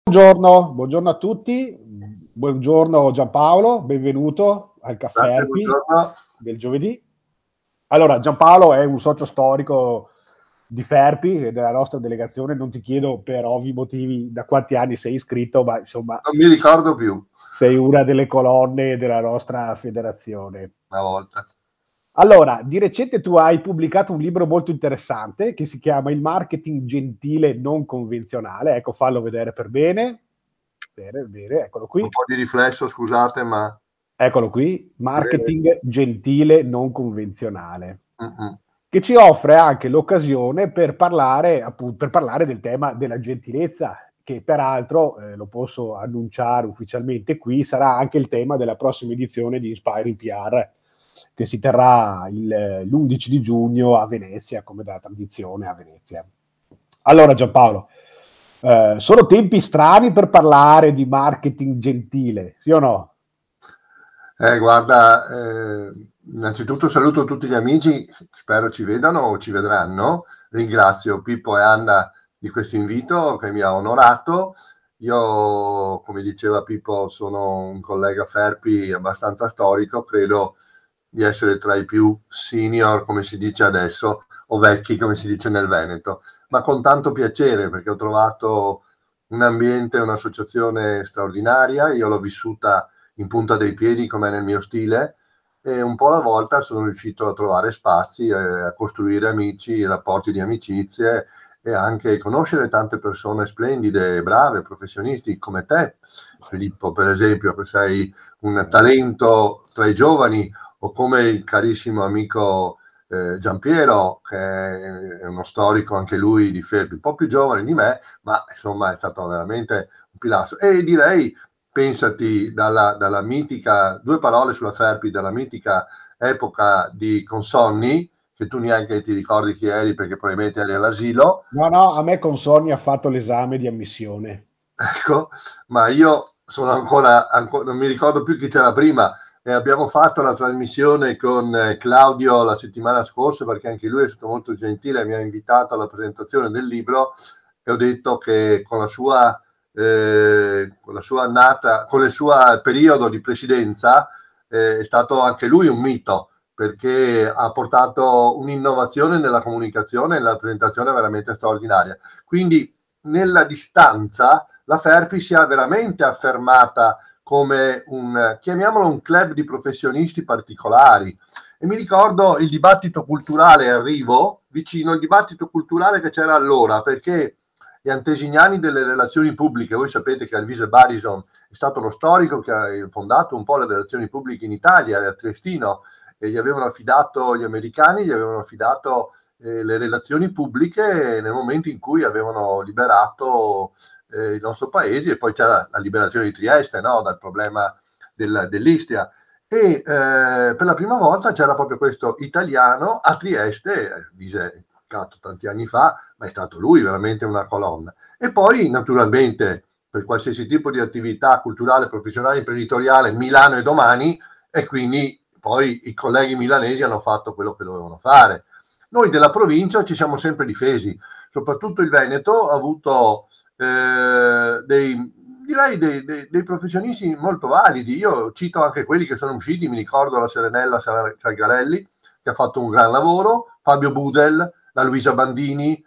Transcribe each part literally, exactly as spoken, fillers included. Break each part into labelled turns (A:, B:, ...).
A: Buongiorno, buongiorno a tutti, buongiorno Giampaolo, benvenuto al Caffè
B: Grazie,
A: Erpi
B: buongiorno.
A: del giovedì. Allora, Giampaolo è un socio storico di Ferpi e della nostra delegazione, non ti chiedo per ovvi motivi da quanti anni sei iscritto, ma insomma
B: Non mi ricordo più,
A: sei una delle colonne della nostra federazione.
B: una volta.
A: Allora, di recente tu hai pubblicato un libro molto interessante che si chiama Il marketing gentile non convenzionale. Ecco, fallo vedere per bene. Bene, bene, eccolo qui.
B: Un po' di riflesso, scusate, ma...
A: Eccolo qui, marketing gentile non convenzionale,
B: Mm-mm.
A: che ci offre anche l'occasione per parlare, appunto, per parlare del tema della gentilezza, che peraltro, eh, lo posso annunciare ufficialmente qui, sarà anche il tema della prossima edizione di Inspiring P R, che si terrà il, l'undici di giugno a Venezia, come da tradizione a Venezia. Allora Giampaolo, eh, sono tempi strani per parlare di marketing gentile, sì o no?
B: Eh, guarda, eh, innanzitutto saluto tutti gli amici, spero ci vedano o ci vedranno. Ringrazio Pippo e Anna di questo invito che mi ha onorato. Io, come diceva Pippo, sono un collega Ferpi abbastanza storico, credo di essere tra i più senior, come si dice adesso, o vecchi, come si dice nel Veneto, ma con tanto piacere perché ho trovato un ambiente, un'associazione straordinaria, io l'ho vissuta in punta dei piedi come nel mio stile e un po' alla volta sono riuscito a trovare spazi, eh, a costruire amici, rapporti di amicizie e anche conoscere tante persone splendide, brave, professionisti come te, Filippo, per esempio, che sei un talento tra i giovani, o come il carissimo amico eh, Giampiero, che è uno storico anche lui di Ferpi, un po' più giovane di me, ma insomma è stato veramente un pilastro. E direi, pensati, dalla, dalla mitica, due parole sulla Ferpi, dalla mitica epoca di Consonni, che tu neanche ti ricordi chi eri perché probabilmente eri all'asilo.
A: No, no, a me Consonni ha fatto l'esame di ammissione.
B: Ecco, ma io sono ancora, ancora non mi ricordo più chi c'era prima, e abbiamo fatto la trasmissione con eh, Claudio la settimana scorsa perché anche lui è stato molto gentile, mi ha invitato alla presentazione del libro e ho detto che con la sua, eh, con la sua annata, con il suo periodo di presidenza eh, è stato anche lui un mito perché ha portato un'innovazione nella comunicazione e nella presentazione veramente straordinaria. Quindi nella distanza la Ferpi si è veramente affermata come un, chiamiamolo un club di professionisti particolari. E mi ricordo il dibattito culturale, arrivo vicino il dibattito culturale che c'era allora, perché gli antesignani delle relazioni pubbliche, voi sapete che Alvise Barison è stato lo storico che ha fondato un po' le relazioni pubbliche in Italia, a Triestino, e gli avevano affidato, gli americani gli avevano affidato eh, le relazioni pubbliche nel momento in cui avevano liberato eh, il nostro paese, e poi c'era la liberazione di Trieste, no? Dal problema del, dell'Istria. E eh, per la prima volta c'era proprio questo italiano a Trieste, vise tanti anni fa, ma è stato lui veramente una colonna. E poi naturalmente per qualsiasi tipo di attività culturale, professionale, imprenditoriale, Milano e domani, e quindi poi i colleghi milanesi hanno fatto quello che dovevano fare. Noi della provincia ci siamo sempre difesi, soprattutto il Veneto ha avuto eh, dei, direi dei, dei, dei professionisti molto validi. Io cito anche quelli che sono usciti, mi ricordo la Serenella Salgarelli che ha fatto un gran lavoro, Fabio Budel, la Luisa Bandini,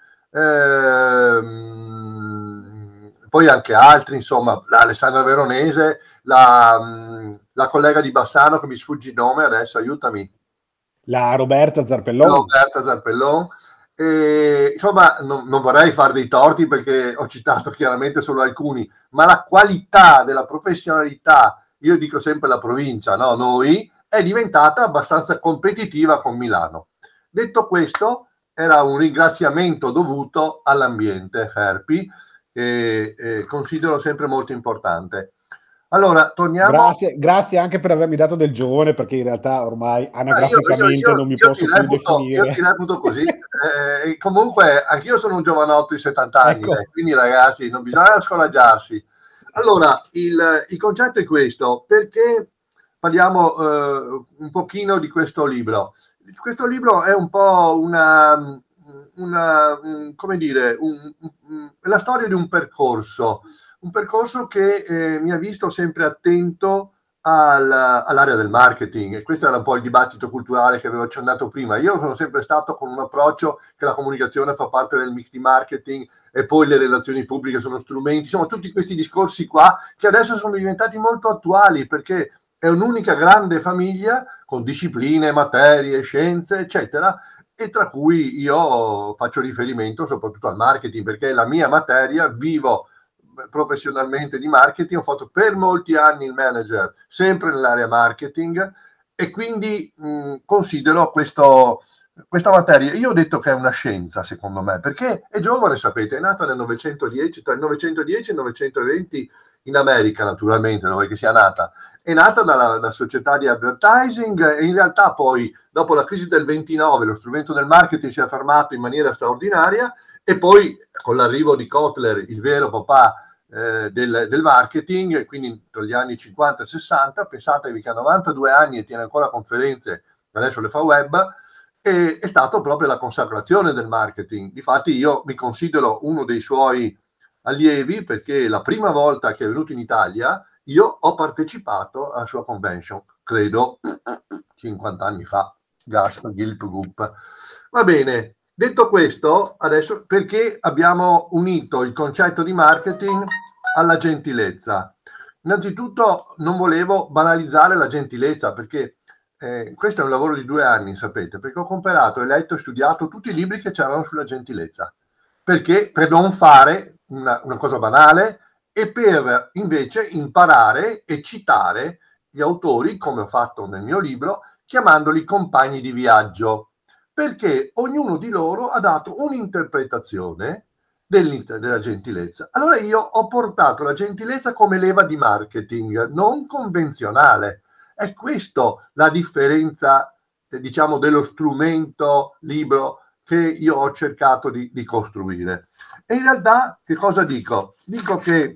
B: ehm, poi anche altri, insomma, l'Alessandra Veronese, la, la collega di Bassano che mi sfugge il nome adesso, aiutami.
A: La Roberta Zarpellon.
B: Roberta Zarpellon. E, insomma, non, non vorrei fare dei torti perché ho citato chiaramente solo alcuni, ma la qualità della professionalità, io dico sempre la provincia, no? Noi, è diventata abbastanza competitiva con Milano. Detto questo, era un ringraziamento dovuto all'ambiente Ferpi, che eh, considero sempre molto importante. Allora, torniamo...
A: Grazie, grazie anche per avermi dato del giovane, perché in realtà ormai anagraficamente
B: io, io, io,
A: non mi
B: io
A: posso
B: ti
A: più
B: reputo,
A: definire.
B: io ti reputo così. Eh, comunque, anch'io sono un giovanotto di settanta anni,
A: Ecco.
B: eh, quindi ragazzi, non bisogna scoraggiarsi. Allora, il, il concetto è questo, perché parliamo eh, un pochino di questo libro. Questo libro è un po' una, una come dire, un, un, la storia di un percorso, un percorso che eh, mi ha visto sempre attento al, all'area del marketing, e questo era un po' il dibattito culturale che avevo accennato prima. Io sono sempre stato con un approccio che la comunicazione fa parte del mix di marketing e poi le relazioni pubbliche sono strumenti, insomma tutti questi discorsi qua che adesso sono diventati molto attuali, perché è un'unica grande famiglia con discipline, materie, scienze, eccetera, e tra cui io faccio riferimento soprattutto al marketing, perché è la mia materia, vivo professionalmente di marketing, ho fatto per molti anni il manager sempre nell'area marketing, e quindi mh, considero questo, questa materia, io ho detto che è una scienza secondo me, perché è giovane, sapete, è nata nel novecentodieci, tra il novecentodieci e il novecentoventi in America, naturalmente, dove che sia nata. È nata dalla, dalla società di advertising, e in realtà poi dopo la crisi del ventinove lo strumento del marketing si è affermato in maniera straordinaria, e poi con l'arrivo di Kotler, il vero papà eh, del, del marketing, quindi tra gli anni cinquanta e sessanta, pensatevi che ha novantadue anni e tiene ancora conferenze, adesso le fa web, e è stato proprio la consacrazione del marketing. Difatti io mi considero uno dei suoi allievi, perché la prima volta che è venuto in Italia io ho partecipato alla sua convention, credo cinquanta anni fa. Gasp, Gilp, Gup. Va bene, detto questo, adesso perché abbiamo unito il concetto di marketing alla gentilezza? Innanzitutto non volevo banalizzare la gentilezza, perché eh, questo è un lavoro di due anni, sapete, perché ho comprato e letto e studiato tutti i libri che c'erano sulla gentilezza, perché per non fare una, una cosa banale, e per invece imparare e citare gli autori, come ho fatto nel mio libro, chiamandoli compagni di viaggio, perché ognuno di loro ha dato un'interpretazione della gentilezza. Allora io ho portato la gentilezza come leva di marketing, non convenzionale. È questa la differenza, eh, diciamo, dello strumento libro che io ho cercato di, di costruire. E in realtà che cosa dico? Dico che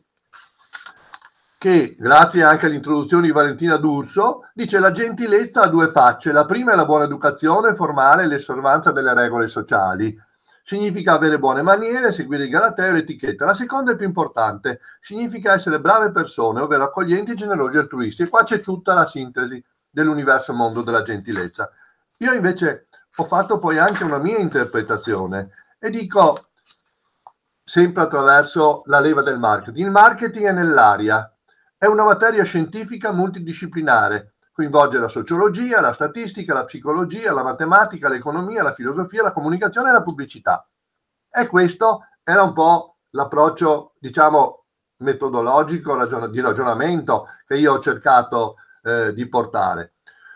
B: che grazie anche all'introduzione di Valentina D'Urso, dice: la gentilezza ha due facce, la prima è la buona educazione formale e l'osservanza delle regole sociali, significa avere buone maniere, seguire il galateo e l'etichetta. La seconda è più importante, significa essere brave persone, ovvero accoglienti, generosi e altruisti. E qua c'è tutta la sintesi dell'universo mondo della gentilezza. Io invece ho fatto poi anche una mia interpretazione e dico, sempre attraverso la leva del marketing: il marketing è nell'aria, è una materia scientifica multidisciplinare, coinvolge la sociologia, la statistica, la psicologia, la matematica, l'economia, la filosofia, la comunicazione e la pubblicità. E questo era un po' l'approccio, diciamo, metodologico, ragion- di ragionamento che io ho cercato eh, di portare.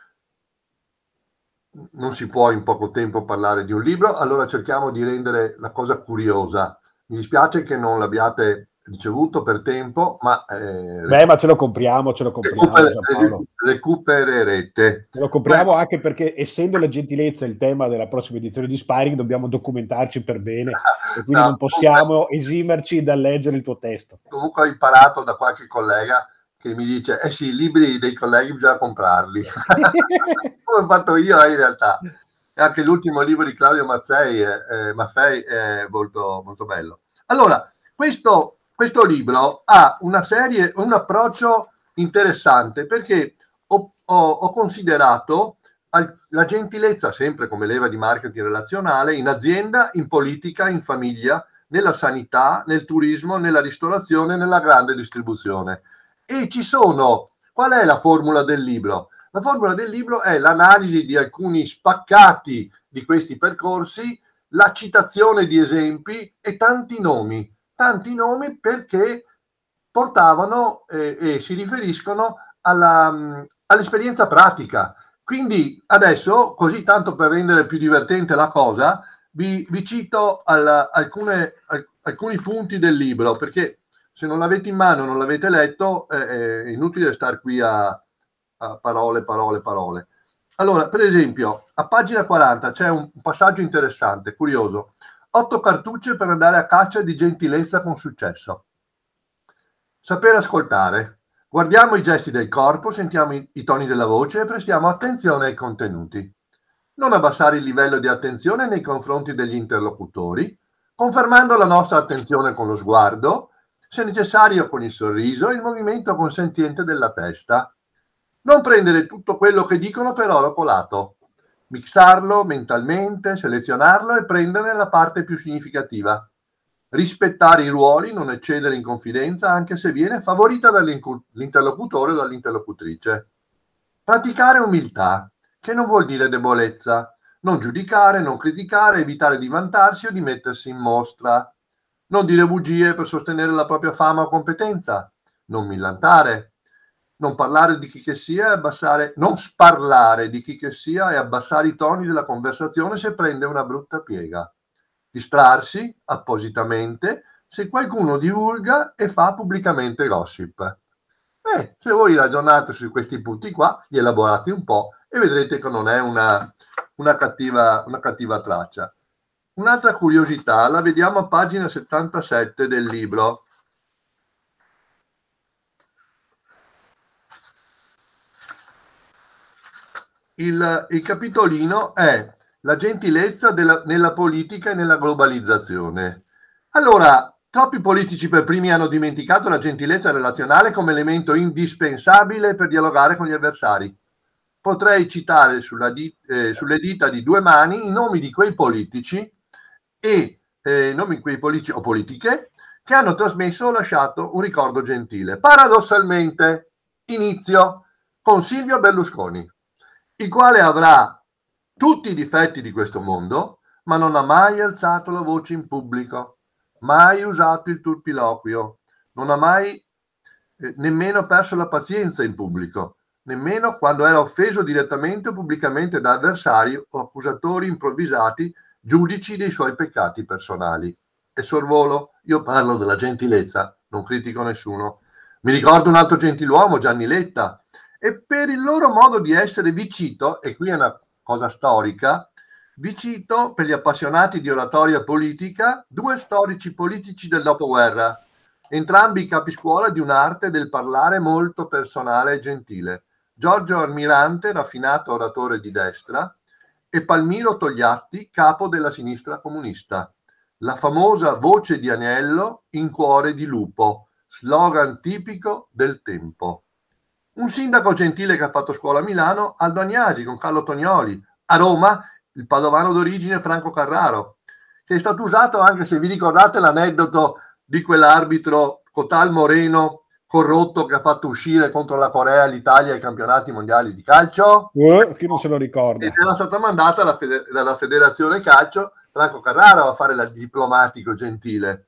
B: Non si può in poco tempo parlare di un libro, allora cerchiamo di rendere la cosa curiosa. Mi dispiace che non l'abbiate ricevuto per tempo, ma... Eh,
A: Beh, ma ce lo compriamo, ce lo compriamo,
B: recuper-
A: Giampaolo.
B: recupererete.
A: Ce lo compriamo anche perché, essendo la gentilezza il tema della prossima edizione di Sparring, dobbiamo documentarci per bene e quindi
B: No,
A: non possiamo
B: comunque,
A: esimerci dal leggere il tuo testo.
B: comunque ho imparato da qualche collega che mi dice: eh sì, i libri dei colleghi bisogna comprarli. Come ho fatto io in realtà. E anche l'ultimo libro di Claudio Mazzei, eh, Maffei è molto, molto bello. Allora, questo, questo libro ha una serie, un approccio interessante, perché ho, ho, ho considerato la gentilezza sempre come leva di marketing relazionale in azienda, in politica, in famiglia, nella sanità, nel turismo, nella ristorazione, nella grande distribuzione. E ci sono, qual è la formula del libro? La formula del libro è l'analisi di alcuni spaccati di questi percorsi, la citazione di esempi e tanti nomi, tanti nomi perché portavano eh, e si riferiscono alla, all'esperienza pratica. Quindi adesso, così tanto per rendere più divertente la cosa, vi, vi cito alla, alcune, al, alcuni punti del libro, perché se non l'avete in mano, non l'avete letto, eh, è inutile star qui a, a parole, parole, parole. Allora, per esempio, a pagina quaranta c'è un passaggio interessante, curioso. Otto cartucce per andare a caccia di gentilezza con successo. Sapere ascoltare. Guardiamo i gesti del corpo, sentiamo i, i toni della voce e prestiamo attenzione ai contenuti. Non abbassare il livello di attenzione nei confronti degli interlocutori, confermando la nostra attenzione con lo sguardo, se necessario con il sorriso e il movimento consenziente della testa. Non prendere tutto quello che dicono per oro colato. Mixarlo mentalmente, selezionarlo e prenderne la parte più significativa. Rispettare i ruoli, non eccedere in confidenza, anche se viene favorita dall'interlocutore o dall'interlocutrice. Praticare umiltà, che non vuol dire debolezza. Non giudicare, non criticare, evitare di vantarsi o di mettersi in mostra. Non dire bugie per sostenere la propria fama o competenza. Non millantare. Non parlare di chi che sia e abbassare, non sparlare di chi che sia e abbassare i toni della conversazione se prende una brutta piega. Distrarsi appositamente se qualcuno divulga e fa pubblicamente gossip. Eh, se voi ragionate su questi punti qua, li elaborate un po' e vedrete che non è una, una, cattiva, una cattiva traccia. Un'altra curiosità la vediamo a pagina settantasette del libro. Il, il capitolino è la gentilezza della, nella politica e nella globalizzazione. Allora, troppi politici per primi hanno dimenticato la gentilezza relazionale come elemento indispensabile per dialogare con gli avversari. Potrei citare sulla di, eh, sulle dita di due mani i nomi di quei politici e eh, nomi di quei politici o politiche che hanno trasmesso o lasciato un ricordo gentile. Paradossalmente, inizio con Silvio Berlusconi, il quale avrà tutti i difetti di questo mondo, ma non ha mai alzato la voce in pubblico, mai usato il turpiloquio, non ha mai eh, nemmeno perso la pazienza in pubblico, nemmeno quando era offeso direttamente o pubblicamente da avversari o accusatori improvvisati, giudici dei suoi peccati personali. E sorvolo, io parlo della gentilezza, non critico nessuno. Mi ricordo un altro gentiluomo, Gianni Letta, e per il loro modo di essere vi cito, e qui è una cosa storica, vi cito per gli appassionati di oratoria politica due storici politici del dopoguerra, entrambi capiscuola di un'arte del parlare molto personale e gentile. Giorgio Almirante, raffinato oratore di destra, e Palmiro Togliatti, capo della sinistra comunista. La famosa voce di agnello in cuore di lupo, slogan tipico del tempo. Un sindaco gentile che ha fatto scuola a Milano, Aldo Agnasi, con Carlo Tognoli. A Roma, il padovano d'origine Franco Carraro, che è stato usato, anche se vi ricordate l'aneddoto di quell'arbitro Cotal Moreno corrotto che ha fatto uscire contro la Corea l'Italia ai campionati mondiali di calcio?
A: Uh, chi non se lo ricorda?
B: Ed era stata mandata dalla, fede- dalla Federazione Calcio Franco Carraro a fare il diplomatico gentile.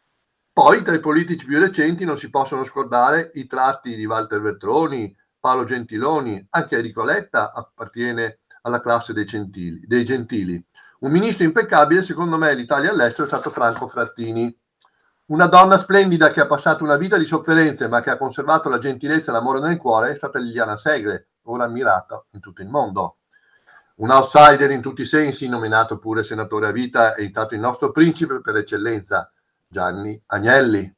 B: Poi tra i politici più recenti non si possono scordare i tratti di Walter Veltroni, Paolo Gentiloni, anche Enrico Letta appartiene alla classe dei gentili, dei gentili. Un ministro impeccabile, secondo me, l'Italia all'estero è stato Franco Frattini. Una donna splendida che ha passato una vita di sofferenze ma che ha conservato la gentilezza e l'amore nel cuore è stata Liliana Segre, ora ammirata in tutto il mondo. Un outsider in tutti i sensi, nominato pure senatore a vita, è stato il nostro principe per eccellenza, Gianni Agnelli.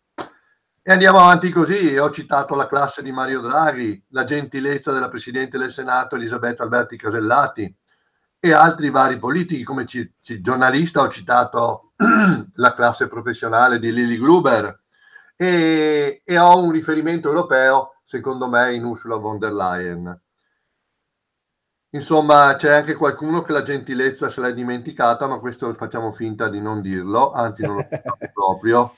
B: E andiamo avanti così. Ho citato la classe di Mario Draghi, la gentilezza della Presidente del Senato Elisabetta Alberti Casellati e altri vari politici. Come ci, ci, giornalista ho citato la classe professionale di Lily Gruber e, e ho un riferimento europeo, secondo me, in Ursula von der Leyen. Insomma, c'è anche qualcuno che la gentilezza se l'è dimenticata, ma questo facciamo finta di non dirlo, anzi non lo facciamo proprio.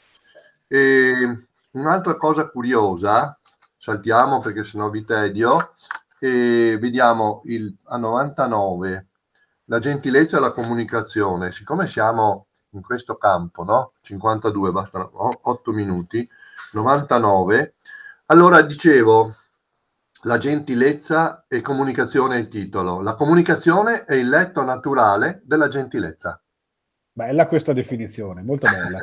B: E un'altra cosa curiosa, saltiamo perché sennò vi tedio, e vediamo il, a novantanove, la gentilezza e la comunicazione. Siccome siamo in questo campo, no? cinquantadue, bastano otto minuti, novantanove, allora dicevo... La gentilezza e comunicazione è il titolo. La comunicazione è il letto naturale della gentilezza.
A: Bella questa definizione, molto bella.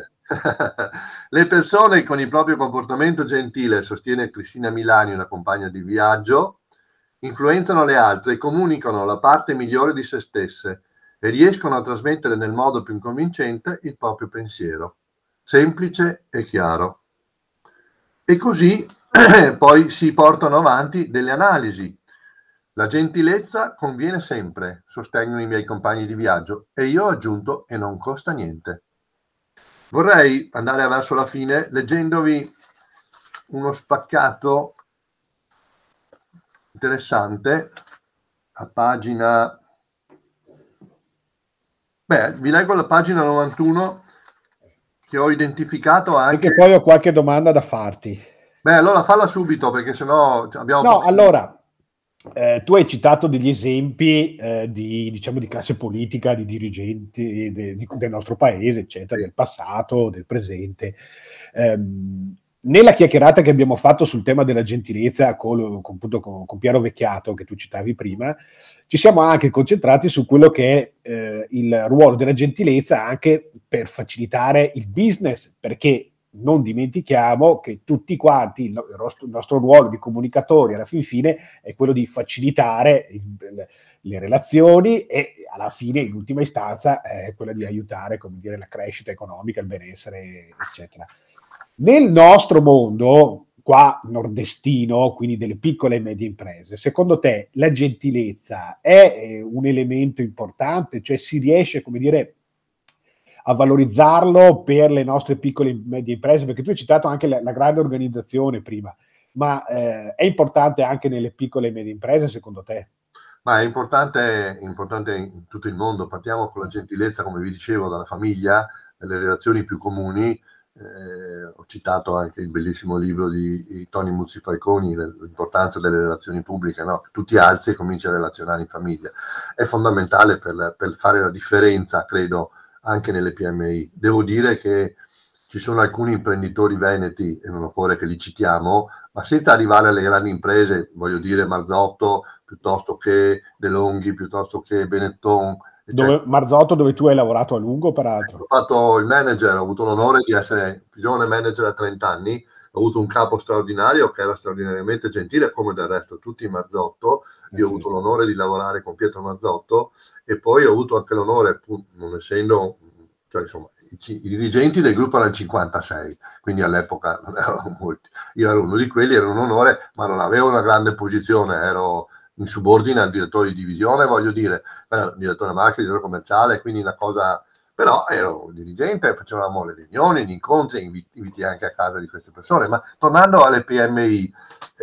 B: Le persone con il proprio comportamento gentile, sostiene Cristina Milani, una compagna di viaggio, influenzano le altre e comunicano la parte migliore di se stesse e riescono a trasmettere nel modo più convincente il proprio pensiero, semplice e chiaro. E così poi si portano avanti delle analisi. La gentilezza conviene sempre, sostengono i miei compagni di viaggio, e io ho aggiunto e non costa niente. Vorrei andare verso la fine leggendovi uno spaccato interessante a pagina... Beh, vi leggo la pagina novantuno che ho identificato anche...
A: Perché poi ho qualche domanda da farti.
B: Beh, allora falla subito perché sennò abbiamo...
A: No, allora, eh, tu hai citato degli esempi eh, di, diciamo, di classe politica, di dirigenti de, di, del nostro paese, eccetera,
B: Sì.
A: del passato, del presente. Ehm, nella chiacchierata che abbiamo fatto sul tema della gentilezza con, con, con, con Piero Vecchiato, che tu citavi prima, ci siamo anche concentrati su quello che è eh, il ruolo della gentilezza anche per facilitare il business, perché non dimentichiamo che tutti quanti, il nostro, il nostro ruolo di comunicatori alla fin fine è quello di facilitare il, le relazioni e alla fine, in ultima istanza, è quella di aiutare, come dire, la crescita economica, il benessere, eccetera. Nel nostro mondo, qua nordestino, quindi delle piccole e medie imprese, secondo te la gentilezza è un elemento importante? Cioè si riesce, come dire, a valorizzarlo per le nostre piccole e medie imprese? Perché tu hai citato anche la, la grande organizzazione prima, ma eh, è importante anche nelle piccole e medie imprese, secondo te?
B: Ma è importante, importante in tutto il mondo. Partiamo con la gentilezza, come vi dicevo, dalla famiglia, dalle relazioni più comuni. Eh, ho citato anche il bellissimo libro di, di Tony Muzzi Falconi, l'importanza delle relazioni pubbliche, no? Tu ti alzi e cominci a relazionare in famiglia. È fondamentale per, per fare la differenza, credo, anche nelle P M I. Devo dire che ci sono alcuni imprenditori veneti, e non occorre che li citiamo, ma senza arrivare alle grandi imprese, voglio dire Marzotto, piuttosto che De Longhi, piuttosto che Benetton.
A: Dove, Marzotto, dove tu hai lavorato a lungo, peraltro.
B: Ho fatto il manager, ho avuto l'onore di essere più giovane manager a trenta anni, ho avuto un capo straordinario che era straordinariamente gentile, come del resto tutti i Marzotto. Io eh ho avuto sì. l'onore di lavorare con Pietro Marzotto e poi ho avuto anche l'onore, non essendo, cioè insomma, i, i dirigenti del gruppo erano cinquantasei, quindi all'epoca non erano molti. Io ero uno di quelli, era un onore, ma non avevo una grande posizione, ero in subordine al direttore di divisione, voglio dire, eh, direttore marketing, direttore commerciale, quindi una cosa... Però ero un dirigente, facevamo le riunioni, gli incontri, inviti, inviti anche a casa di queste persone. Ma tornando alle P M I,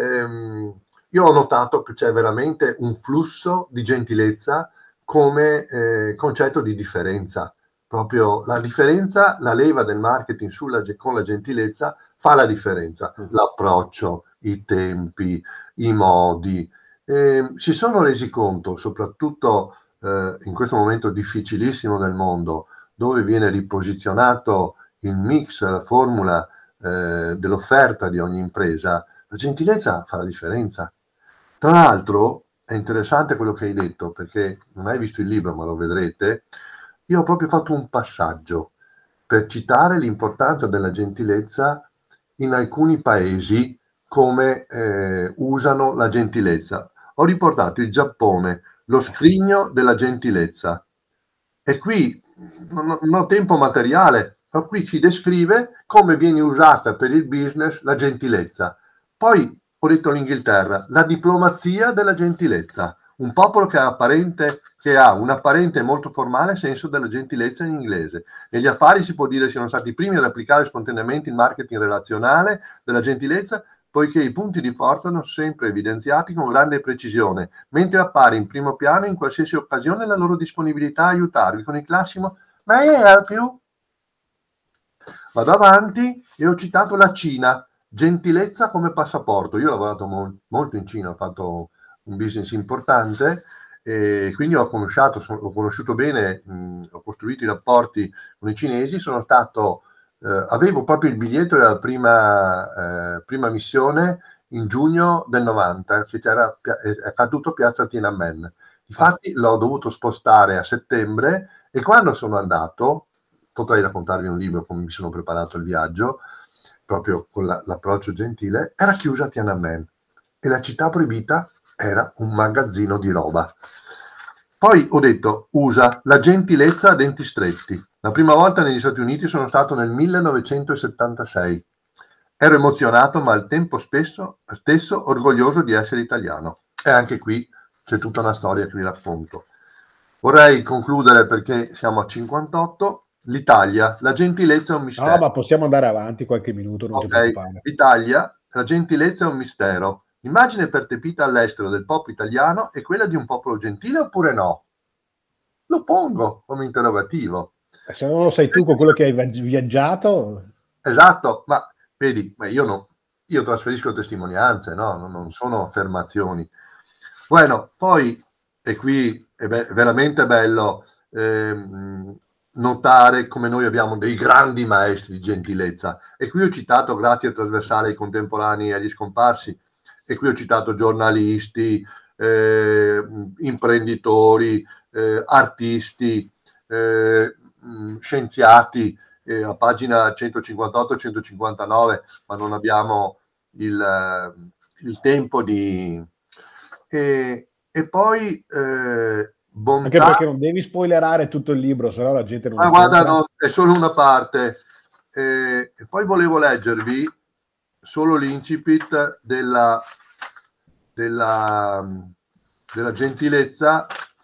B: ehm, io ho notato che c'è veramente un flusso di gentilezza come eh, concetto di differenza. Proprio la differenza, la leva del marketing sulla, con la gentilezza fa la differenza. L'approccio, i tempi, i modi. Eh, si sono resi conto, soprattutto eh, in questo momento difficilissimo del mondo, dove viene riposizionato il mix, la formula eh, dell'offerta di ogni impresa, la gentilezza fa la differenza. Tra l'altro è interessante quello che hai detto, perché non hai visto il libro, ma lo vedrete. Io ho proprio fatto un passaggio per citare l'importanza della gentilezza in alcuni paesi, come eh, usano la gentilezza. Ho riportato il Giappone, lo scrigno della gentilezza. E qui non ho tempo materiale, ma qui si descrive come viene usata per il business la gentilezza. Poi ho detto l'Inghilterra, la diplomazia della gentilezza, un popolo che ha, apparente, che ha un apparente molto formale senso della gentilezza in inglese. Negli affari si può dire siano stati i primi ad applicare spontaneamente il marketing relazionale della gentilezza, poiché i punti di forza sono sempre evidenziati con grande precisione, mentre appare in primo piano in qualsiasi occasione la loro disponibilità a aiutarvi con il classico "May I help you?". Vado avanti e ho citato la Cina, gentilezza come passaporto. Io ho lavorato mo- molto in Cina, ho fatto un business importante e quindi ho conosciuto, sono, ho conosciuto bene, mh, ho costruito i rapporti con i cinesi, sono stato... Uh, avevo proprio il biglietto della prima, uh, prima missione in giugno del novanta, che era è caduto piazza Tiananmen. Infatti l'ho dovuto spostare a settembre e quando sono andato, potrei raccontarvi un libro come mi sono preparato il viaggio, proprio con la, l'approccio gentile, era chiusa Tiananmen e la città proibita era un magazzino di roba. Poi ho detto, usa la gentilezza a denti stretti. La prima volta negli Stati Uniti sono stato nel millenovecentosettantasei. Ero emozionato, ma al tempo spesso, stesso orgoglioso di essere italiano. E anche qui c'è tutta una storia che vi racconto. Vorrei concludere perché siamo a cinquantotto, l'Italia, la gentilezza è un mistero.
A: No, ma possiamo andare avanti qualche minuto, non
B: Ok,
A: ti preoccupare.
B: l'Italia, la gentilezza è un mistero. Immagine percepita all'estero del popolo italiano è quella di un popolo gentile oppure no? Lo pongo come interrogativo.
A: Se non lo sai tu con quello che hai viaggiato...
B: Esatto, ma vedi, ma io, no, io trasferisco testimonianze, no? Non, non sono affermazioni. Bueno, poi, e qui è, be- è veramente bello ehm, notare come noi abbiamo dei grandi maestri di gentilezza. E qui ho citato, grazie a Trasversale ai contemporanei e agli scomparsi, e qui ho citato giornalisti, eh, imprenditori, eh, artisti, eh, scienziati, eh, a pagina centocinquantotto centocinquantanove, ma non abbiamo il, il tempo di... E, e poi eh, bontà...
A: Anche perché non devi spoilerare tutto il libro, sennò la gente non
B: ma
A: lo
B: guarda,
A: compra.
B: no, è solo una parte. E, e poi volevo leggervi solo l'incipit della, della, della gentilezza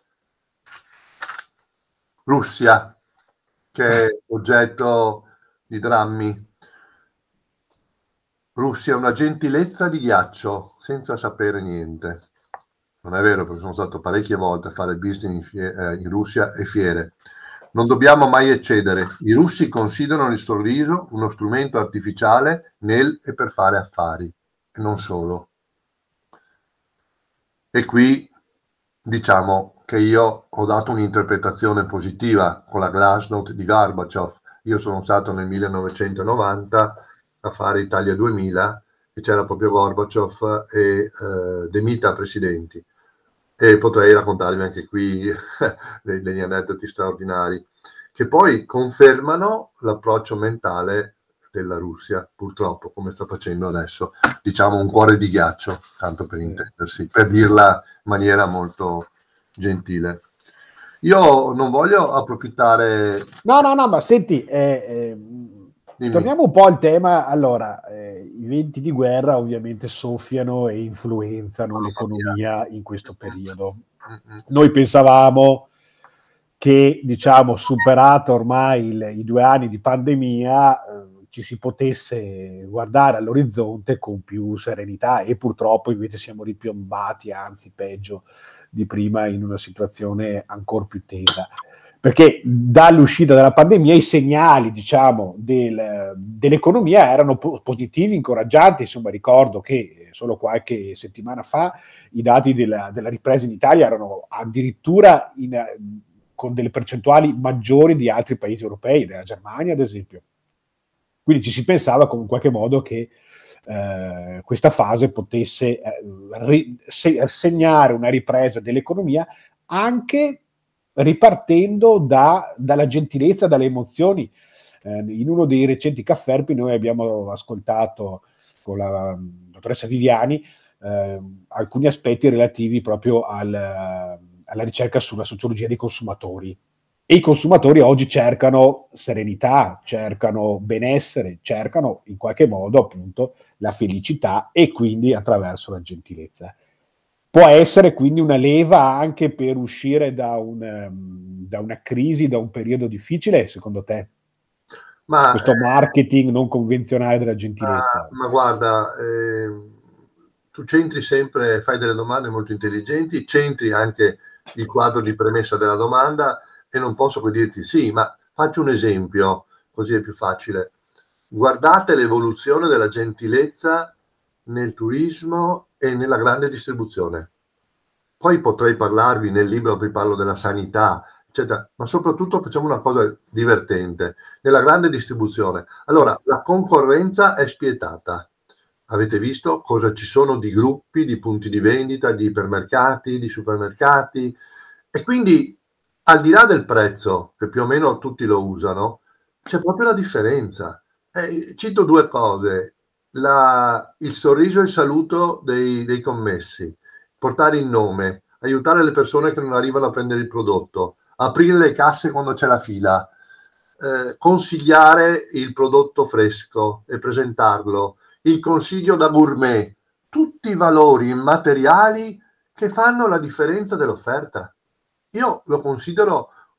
B: Russia, che è oggetto di drammi. Russia è una gentilezza di ghiaccio, senza sapere niente. Non è vero, perché sono stato parecchie volte a fare business in, fie- eh, in Russia e fiere. Non dobbiamo mai eccedere. I russi considerano il sorriso uno strumento artificiale nel e per fare affari, e non solo. E qui diciamo che io ho dato un'interpretazione positiva con la Glasnost di Gorbaciov. Io sono stato nel millenovecentonovanta a fare Italia duemila e c'era proprio Gorbaciov e eh, De Mita presidenti. E potrei raccontarvi anche qui degli aneddoti straordinari che poi confermano l'approccio mentale della Russia, purtroppo, come sta facendo adesso, diciamo un cuore di ghiaccio, tanto per intendersi, per dirla in maniera molto gentile. Io non voglio approfittare...
A: No, no, no, ma senti, eh, eh, torniamo un po' al tema. Allora, eh, i venti di guerra ovviamente soffiano e influenzano l'economia in questo periodo. Noi pensavamo che, diciamo, superato ormai il, i due anni di pandemia, eh, ci si potesse guardare all'orizzonte con più serenità, e purtroppo invece siamo ripiombati, anzi peggio di prima, in una situazione ancora più tesa. Perché dall'uscita della pandemia i segnali, diciamo, del, dell'economia erano po- positivi, incoraggianti. Insomma, ricordo che solo qualche settimana fa i dati della, della ripresa in Italia erano addirittura in, con delle percentuali maggiori di altri paesi europei, della Germania ad esempio. Quindi ci si pensava in qualche modo che eh, questa fase potesse eh, ri- se- segnare una ripresa dell'economia, anche ripartendo da, dalla gentilezza, dalle emozioni. Eh, in uno dei recenti Cafferpi noi abbiamo ascoltato con la dottoressa Viviani eh, alcuni aspetti relativi proprio al, alla ricerca sulla sociologia dei consumatori. E i consumatori oggi cercano serenità, cercano benessere, cercano in qualche modo appunto la felicità, e quindi attraverso la gentilezza. Può essere quindi una leva anche per uscire da, un, um, da una crisi, da un periodo difficile, secondo te? Ma, questo marketing eh, non convenzionale della gentilezza.
B: Ma, ma guarda, eh, tu centri sempre, fai delle domande molto intelligenti, centri anche il quadro di premessa della domanda, e non posso poi dirti sì, ma faccio un esempio, così è più facile. Guardate l'evoluzione della gentilezza nel turismo e nella grande distribuzione. Poi potrei parlarvi nel libro, poi parlo della sanità, eccetera, ma soprattutto facciamo una cosa divertente. Nella grande distribuzione, allora, la concorrenza è spietata. Avete visto cosa ci sono di gruppi, di punti di vendita, di ipermercati, di supermercati, e quindi al di là del prezzo, che più o meno tutti lo usano, c'è proprio la differenza. Eh, cito due cose: la, il sorriso e il saluto dei, dei commessi, portare il nome, aiutare le persone che non arrivano a prendere il prodotto, aprire le casse quando c'è la fila, eh, consigliare il prodotto fresco e presentarlo, il consiglio da gourmet, tutti valori immateriali che fanno la differenza dell'offerta. Io lo considero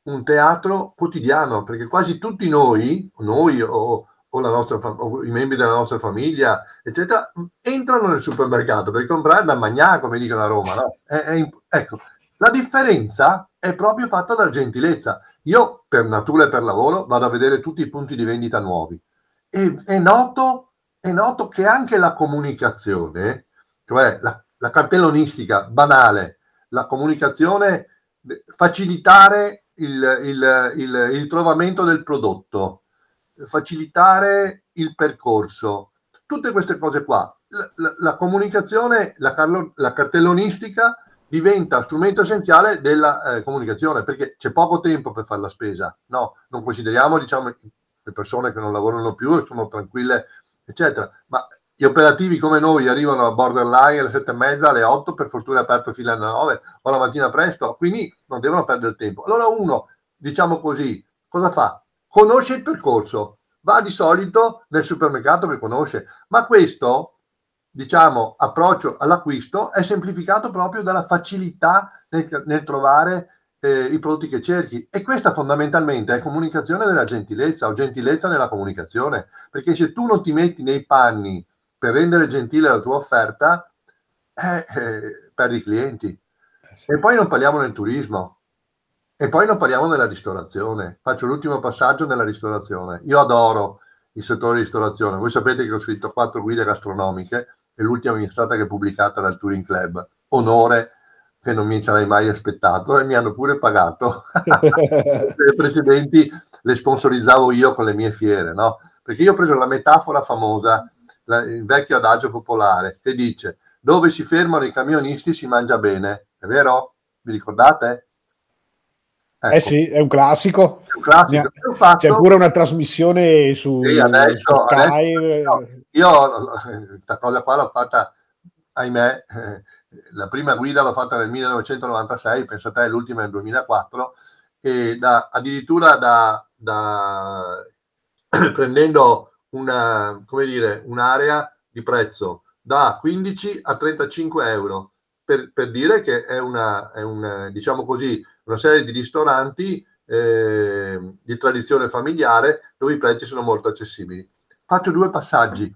B: un teatro quotidiano, perché quasi tutti noi, noi o, o, la nostra, o i membri della nostra famiglia, eccetera, entrano nel supermercato per comprare da mangiare, come dicono a Roma, no? È, è, ecco, la differenza è proprio fatta dalla gentilezza. Io, per natura e per lavoro, vado a vedere tutti i punti di vendita nuovi e è noto, è noto che anche la comunicazione, cioè la, la cartellonistica banale, la comunicazione, facilitare il, il, il, il trovamento del prodotto, facilitare il percorso, tutte queste cose qua. La, la, la comunicazione, la, carlo, la cartellonistica diventa strumento essenziale della eh, comunicazione, perché c'è poco tempo per fare la spesa. No, non consideriamo, diciamo, le persone che non lavorano più e sono tranquille, eccetera, ma gli operativi come noi arrivano a borderline alle sette e mezza, alle otto, per fortuna è aperto fino alle nove o la mattina presto, quindi non devono perdere tempo. Allora uno, diciamo così, cosa fa? Conosce il percorso, va di solito nel supermercato che conosce, ma questo, diciamo, approccio all'acquisto è semplificato proprio dalla facilità nel, nel trovare eh, i prodotti che cerchi, e questa fondamentalmente è comunicazione della gentilezza o gentilezza nella comunicazione, perché se tu non ti metti nei panni per rendere gentile la tua offerta, eh, eh, perdi i clienti. Eh sì. E poi non parliamo del turismo, e poi non parliamo della ristorazione. Faccio l'ultimo passaggio nella ristorazione. Io adoro il settore ristorazione. Voi sapete che ho scritto quattro guide gastronomiche e l'ultima mi è stata che pubblicata dal Touring Club. Onore che non mi sarei mai aspettato, e mi hanno pure pagato. Le precedenti le sponsorizzavo io con le mie fiere, no? Perché io ho preso la metafora famosa, la, il vecchio adagio popolare, che dice: dove si fermano i camionisti si mangia bene. È vero? Vi ricordate?
A: Ecco. Eh sì, è un classico.
B: È un classico.
A: Ha, fatto... C'è pure una trasmissione su,
B: sì, adesso,
A: su Sky.
B: Adesso, io questa cosa qua l'ho fatta, ahimè, eh, la prima guida l'ho fatta nel millenovecentonovantasei, penso a te, l'ultima nel duemilaquattro, e da, addirittura da, da prendendo una, come dire, un'area di prezzo da quindici a trentacinque euro, per, per dire che è una, è una, diciamo così, una serie di ristoranti eh, di tradizione familiare dove i prezzi sono molto accessibili. Faccio due passaggi.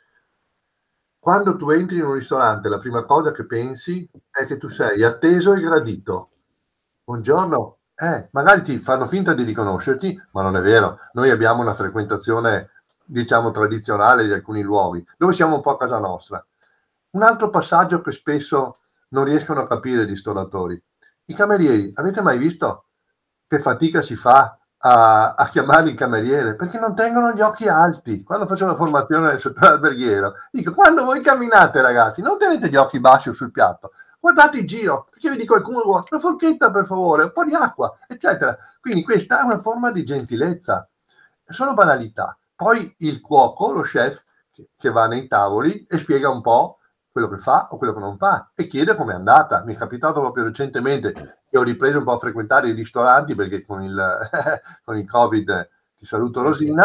B: Quando tu entri in un ristorante, la prima cosa che pensi è che tu sei atteso e gradito. Buongiorno. Eh, magari ti fanno finta di riconoscerti, ma non è vero. Noi abbiamo una frequentazione, diciamo, tradizionale di alcuni luoghi, dove siamo un po' a casa nostra. Un altro passaggio che spesso non riescono a capire i ristoratori. I camerieri, avete mai visto che fatica si fa a, a chiamare il cameriere? Perché non tengono gli occhi alti. Quando faccio la formazione nel settore alberghiero, dico: quando voi camminate, ragazzi, non tenete gli occhi bassi sul piatto, guardate in giro, perché vedi qualcuno, una forchetta per favore, un po' di acqua, eccetera. Quindi questa è una forma di gentilezza. Sono banalità. Poi il cuoco, lo chef, che, che va nei tavoli e spiega un po' quello che fa o quello che non fa e chiede com'è andata. Mi è capitato proprio recentemente che ho ripreso un po' a frequentare i ristoranti, perché con il, con il Covid, ti saluto Rosina,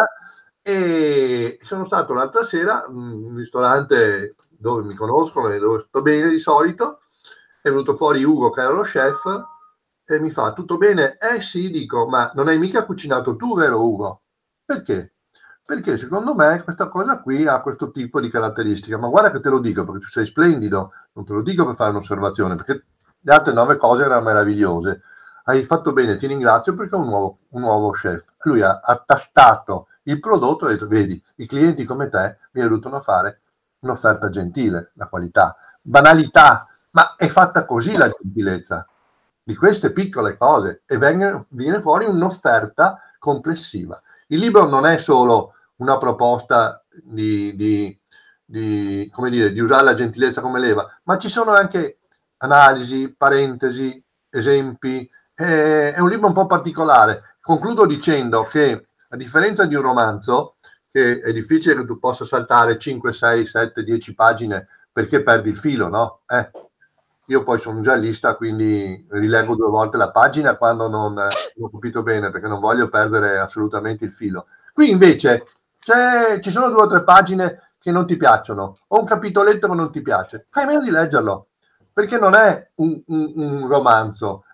B: e sono stato l'altra sera in un ristorante dove mi conoscono e dove sto bene di solito. È venuto fuori Ugo, che era lo chef, e mi fa: tutto bene? Eh sì, dico, ma non hai mica cucinato tu, vero Ugo? Perché? Perché secondo me questa cosa qui ha questo tipo di caratteristica. Ma guarda che te lo dico perché tu sei splendido, non te lo dico per fare un'osservazione, perché le altre nove cose erano meravigliose. Hai fatto bene, ti ringrazio, perché è un nuovo, un nuovo chef. Lui ha, ha tastato il prodotto e ha detto: vedi, i clienti come te mi aiutano a fare un'offerta gentile, la qualità. Banalità, ma è fatta così la gentilezza, di queste piccole cose, e viene, viene fuori un'offerta complessiva. Il libro non è solo una proposta di, di, di, come dire, di usare la gentilezza come leva, ma ci sono anche analisi, parentesi, esempi. È, è un libro un po' particolare. Concludo dicendo che, a differenza di un romanzo, che è difficile che tu possa saltare cinque, sei, sette, dieci pagine perché perdi il filo, no? Eh. Io poi sono un giallista, quindi rileggo due volte la pagina quando non, non ho capito bene, perché non voglio perdere assolutamente il filo. Qui invece ci sono due o tre pagine che non ti piacciono, o un capitoletto che non ti piace, fai meno di leggerlo, perché non è un, un, un romanzo,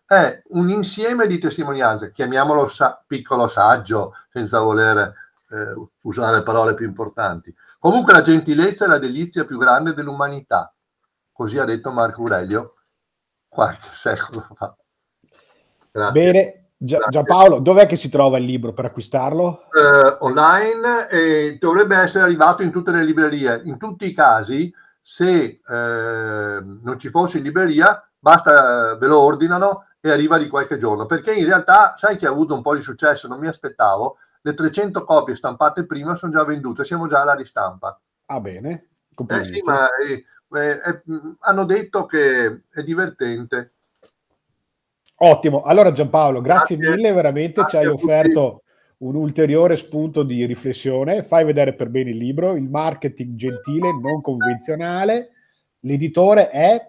B: è un insieme di testimonianze, chiamiamolo sa- piccolo saggio, senza voler eh, usare parole più importanti. Comunque la gentilezza è la delizia più grande dell'umanità, così ha detto Marco Aurelio qualche secolo fa. Grazie.
A: Bene. Gia- Giampaolo, dov'è che si trova il libro per acquistarlo?
B: Uh, online e dovrebbe essere arrivato in tutte le librerie. In tutti i casi, se uh, non ci fosse in libreria, basta, uh, ve lo ordinano e arriva di qualche giorno. Perché in realtà, sai che ha avuto un po' di successo, non mi aspettavo, le trecento copie stampate prima sono già vendute, siamo già alla ristampa.
A: Ah, bene.
B: Eh sì, ma eh, eh, eh, hanno detto che è divertente.
A: Ottimo, allora Giampaolo, grazie,
B: Grazie.
A: mille, veramente
B: Grazie
A: ci hai
B: a tutti.
A: offerto un ulteriore spunto di riflessione. Fai vedere per bene il libro, Il marketing gentile, non convenzionale. L'editore è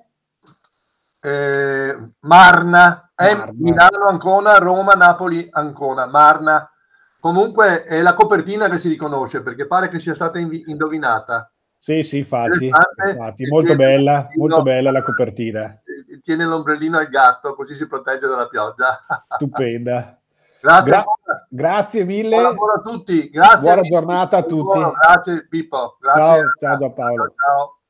B: eh, Marna, è
A: Marna.
B: Milano, Ancona, Roma, Napoli, Ancona, Marna. Comunque è la copertina che si riconosce perché pare che sia stata invi- indovinata.
A: Sì, sì, infatti,
B: Interessante,
A: infatti
B: e
A: molto
B: tiene
A: bella,
B: l'ombrellino-
A: molto bella la copertina.
B: e tiene l'ombrellino al gatto, così si protegge dalla pioggia.
A: Stupenda.
B: Grazie
A: Gra-
B: ancora.
A: grazie
B: Buon
A: mille.
B: lavoro a tutti. Grazie
A: Buona
B: amici.
A: giornata a
B: Buon
A: tutti.
B: lavoro. Grazie Pippo. Grazie.
A: Ciao, ciao Giampaolo.
B: Ciao, ciao.